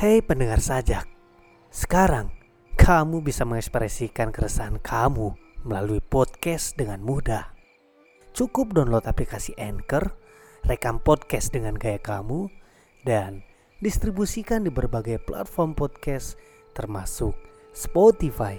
Hei pendengar sajak, sekarang kamu bisa mengekspresikan keresahan kamu melalui podcast dengan mudah. Cukup download aplikasi Anchor, rekam podcast dengan gaya kamu, dan distribusikan di berbagai platform podcast termasuk Spotify.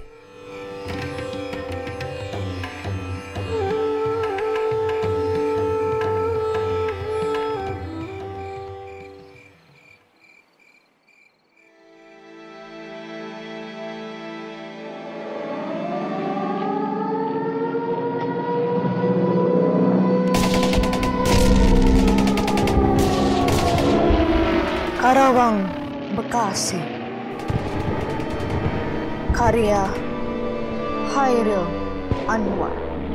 Karawang, Bekasi. Karya Hairil Anwar.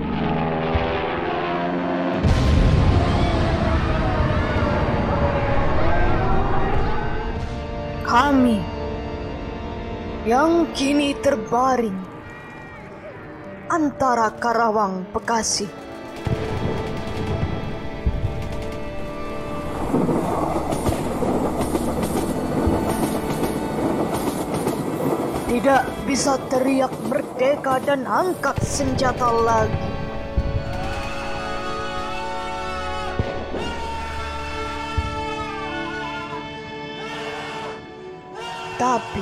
Kami yang kini terbaring antara Karawang, Bekasi. Tidak bisa teriak merdeka dan angkat senjata lagi. Tapi,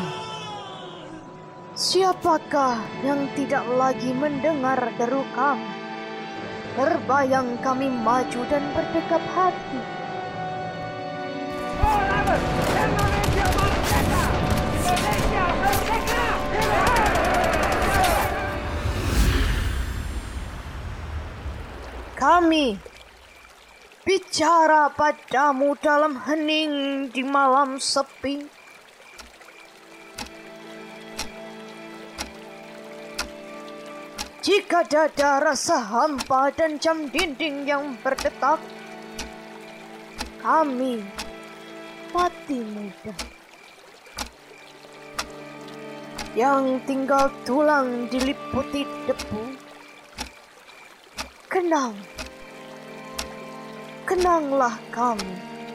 siapakah yang tidak lagi mendengar deru kami? Terbayang kami maju dan berdekap hati. Kami bicara padamu dalam hening di malam sepi. Jika dada rasa hampa dan jam dinding yang berdetak, kami mati muda yang tinggal tulang diliputi debu. Kenanglah kami.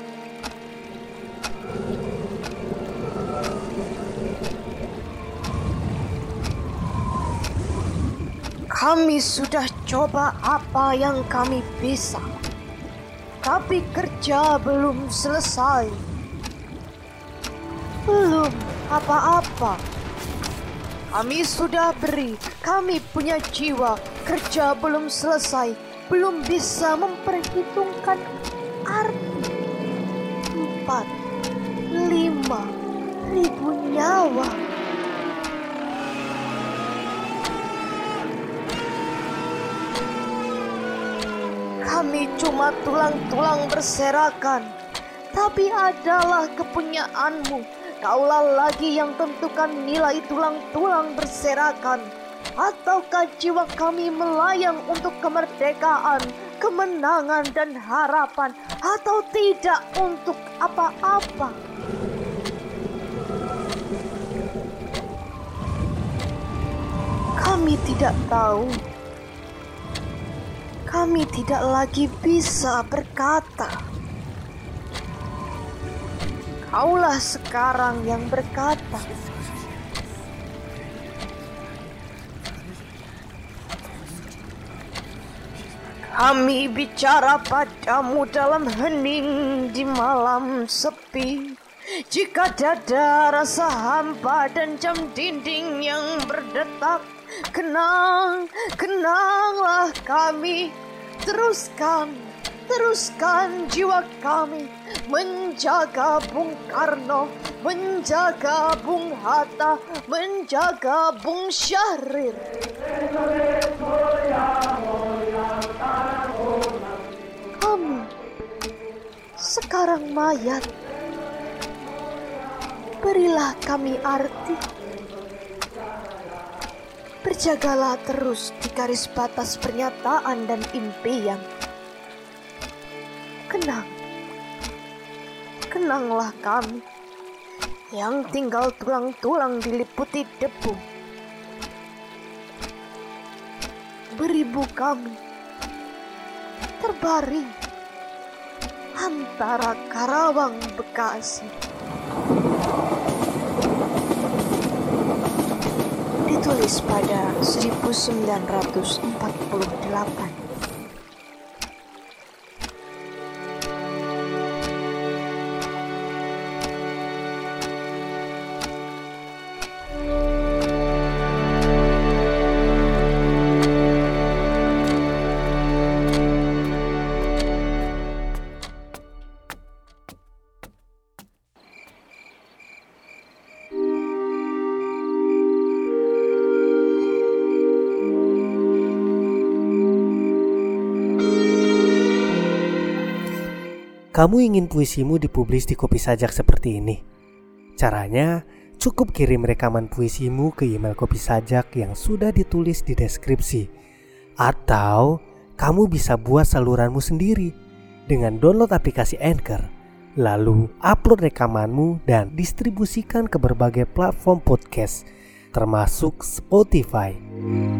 Kami sudah coba apa yang kami bisa, tapi kerja belum selesai. Belum apa-apa. Kami sudah beri, kami punya jiwa, kerja belum selesai, belum bisa memperhitungkan arti 4-5 ribu nyawa. Kami cuma tulang-tulang berserakan, tapi adalah kepunyaanmu. Kaulah lagi yang tentukan nilai tulang-tulang berserakan. Ataukah jiwa kami melayang untuk kemerdekaan, kemenangan dan harapan, atau tidak untuk apa-apa? Kami tidak tahu. Kami tidak lagi bisa berkata. Kaulah sekarang yang berkata. Kami bicara padamu dalam hening di malam sepi. Jika dada rasa hampa dan jam dinding yang berdetak, kenanglah kami. Teruskan jiwa kami menjaga Bung Karno, menjaga Bung Hatta, menjaga Bung Syahrir. Kami sekarang mayat. Berilah kami arti. Berjagalah terus di garis batas pernyataan dan impian. Kenanglah kami yang tinggal tulang-tulang diliputi debu. Beribu kami terbaring antara Karawang, Bekasi. ditulis pada 1948. Kamu ingin puisimu dipublis di Kopi Sajak seperti ini? Caranya, cukup kirim rekaman puisimu ke email Kopi Sajak yang sudah ditulis di deskripsi. Atau, kamu bisa buat saluranmu sendiri dengan download aplikasi Anchor, lalu upload rekamanmu dan distribusikan ke berbagai platform podcast, termasuk Spotify.